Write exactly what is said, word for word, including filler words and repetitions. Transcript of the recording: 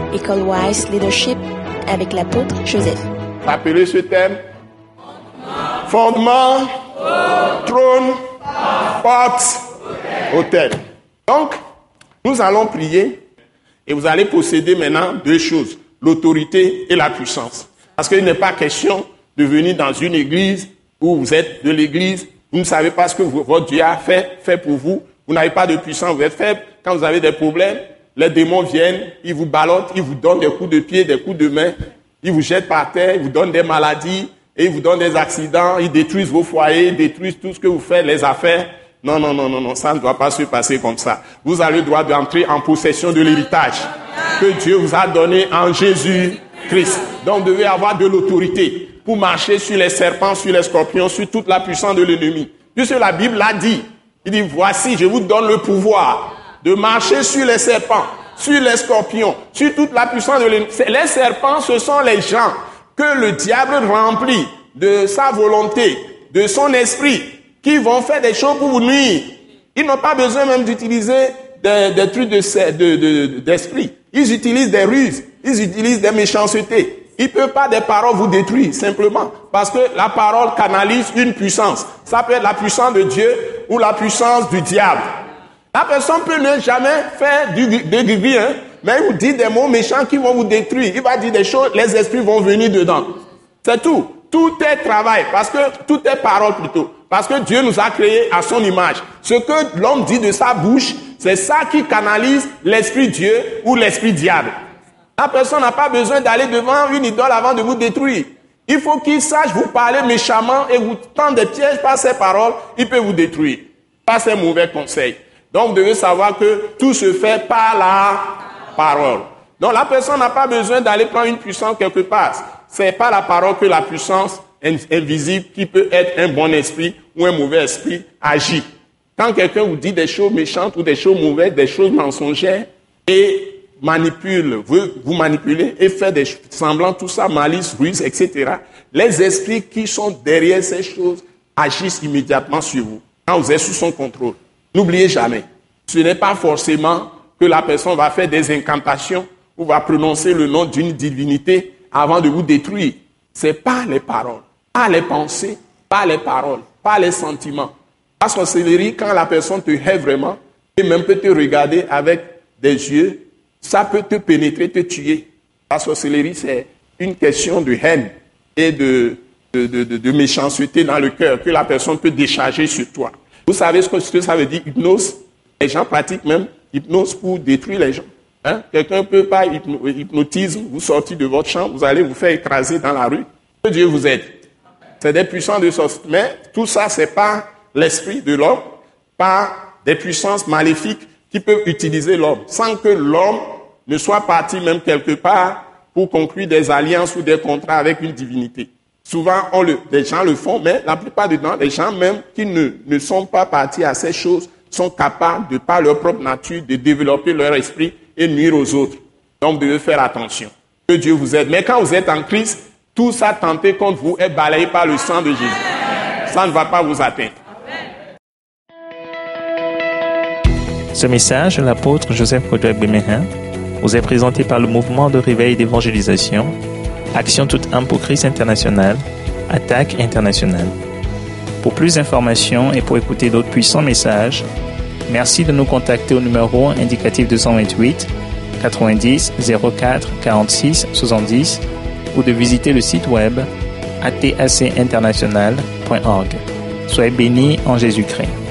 École Wise Leadership avec l'apôtre Joseph. Appelez ce thème Fondement, trône, porte, autel. Donc, nous allons prier et vous allez posséder maintenant deux choses, l'autorité et la puissance. Parce qu'il n'est pas question de venir dans une église où vous êtes de l'église, vous ne savez pas ce que votre Dieu a fait, fait pour vous, vous n'avez pas de puissance, vous êtes faible. Quand vous avez des problèmes, les démons viennent, ils vous ballottent, ils vous donnent des coups de pied, des coups de main, ils vous jettent par terre, ils vous donnent des maladies, et ils vous donnent des accidents, ils détruisent vos foyers, ils détruisent tout ce que vous faites, les affaires. Non, non, non, non, non, ça ne doit pas se passer comme ça. Vous avez le droit d'entrer en possession de l'héritage que Dieu vous a donné en Jésus-Christ. Donc, vous devez avoir de l'autorité pour marcher sur les serpents, sur les scorpions, sur toute la puissance de l'ennemi. Puisque la Bible l'a dit. Il dit, voici, je vous donne le pouvoir de marcher sur les serpents, sur les scorpions, sur toute la puissance de l'ennemi. Les serpents, ce sont les gens que le diable remplit de sa volonté, de son esprit, qui vont faire des choses pour vous nuire. Ils n'ont pas besoin même d'utiliser des, des trucs de, de, de, d'esprit. Ils utilisent des ruses, ils utilisent des méchancetés. Ils ne peuvent pas des paroles vous détruire, simplement. Parce que la parole canalise une puissance. Ça peut être la puissance de Dieu ou la puissance du diable. La personne peut ne jamais faire du, de gris, hein, mais il vous dit des mots méchants qui vont vous détruire. Il va dire des choses, les esprits vont venir dedans. C'est tout. Tout est travail, parce que tout est parole plutôt. Parce que Dieu nous a créés à son image. Ce que l'homme dit de sa bouche, c'est ça qui canalise l'esprit Dieu ou l'esprit diable. La personne n'a pas besoin d'aller devant une idole avant de vous détruire. Il faut qu'il sache vous parler méchamment et vous tendre des pièges par ses paroles, il peut vous détruire, par ses mauvais conseils. Donc, vous devez savoir que tout se fait par la parole. Donc, la personne n'a pas besoin d'aller prendre une puissance quelque part. C'est pas la parole que la puissance invisible qui peut être un bon esprit ou un mauvais esprit agit. Quand quelqu'un vous dit des choses méchantes ou des choses mauvaises, des choses mensongères et manipule, veut vous manipuler et fait des semblants, tout ça, malice, ruse, et cetera. Les esprits qui sont derrière ces choses agissent immédiatement sur vous quand vous êtes sous son contrôle. N'oubliez jamais, ce n'est pas forcément que la personne va faire des incantations ou va prononcer le nom d'une divinité avant de vous détruire. C'est pas les paroles, pas les pensées, pas les paroles, pas les sentiments. La sorcellerie, quand la personne te hait vraiment, et même peut te regarder avec des yeux, ça peut te pénétrer, te tuer. La sorcellerie, c'est une question de haine et de, de, de, de, de méchanceté dans le cœur que la personne peut décharger sur toi. Vous savez ce que, ce que ça veut dire, hypnose? Les gens pratiquent même hypnose pour détruire les gens. Hein? Quelqu'un peut pas hypnotisme, vous sortir de votre chambre, vous allez vous faire écraser dans la rue. Que Dieu vous aide. C'est des puissances de sorcellerie. Mais tout ça, c'est pas l'esprit de l'homme, pas des puissances maléfiques qui peuvent utiliser l'homme, sans que l'homme ne soit parti même quelque part pour conclure des alliances ou des contrats avec une divinité. Souvent, on le, les gens le font, mais la plupart du temps, les gens même qui ne, ne sont pas partis à ces choses sont capables, de par leur propre nature, de développer leur esprit et nuire aux autres. Donc, vous devez faire attention. Que Dieu vous aide. Mais quand vous êtes en Christ, tout ça tenté contre vous est balayé par le sang de Jésus. Ça ne va pas vous atteindre. Ce message de l'apôtre Joseph Kodouak-Bemehin vous est présenté par le mouvement de réveil d'évangélisation, Action toute âme pour Christ international, Attaque internationale. Pour plus d'informations et pour écouter d'autres puissants messages, merci de nous contacter au numéro indicatif deux cent vingt-huit quatre-vingt-dix zéro quatre quarante-six soixante-dix ou de visiter le site web a t a c international point org. Soyez bénis en Jésus-Christ.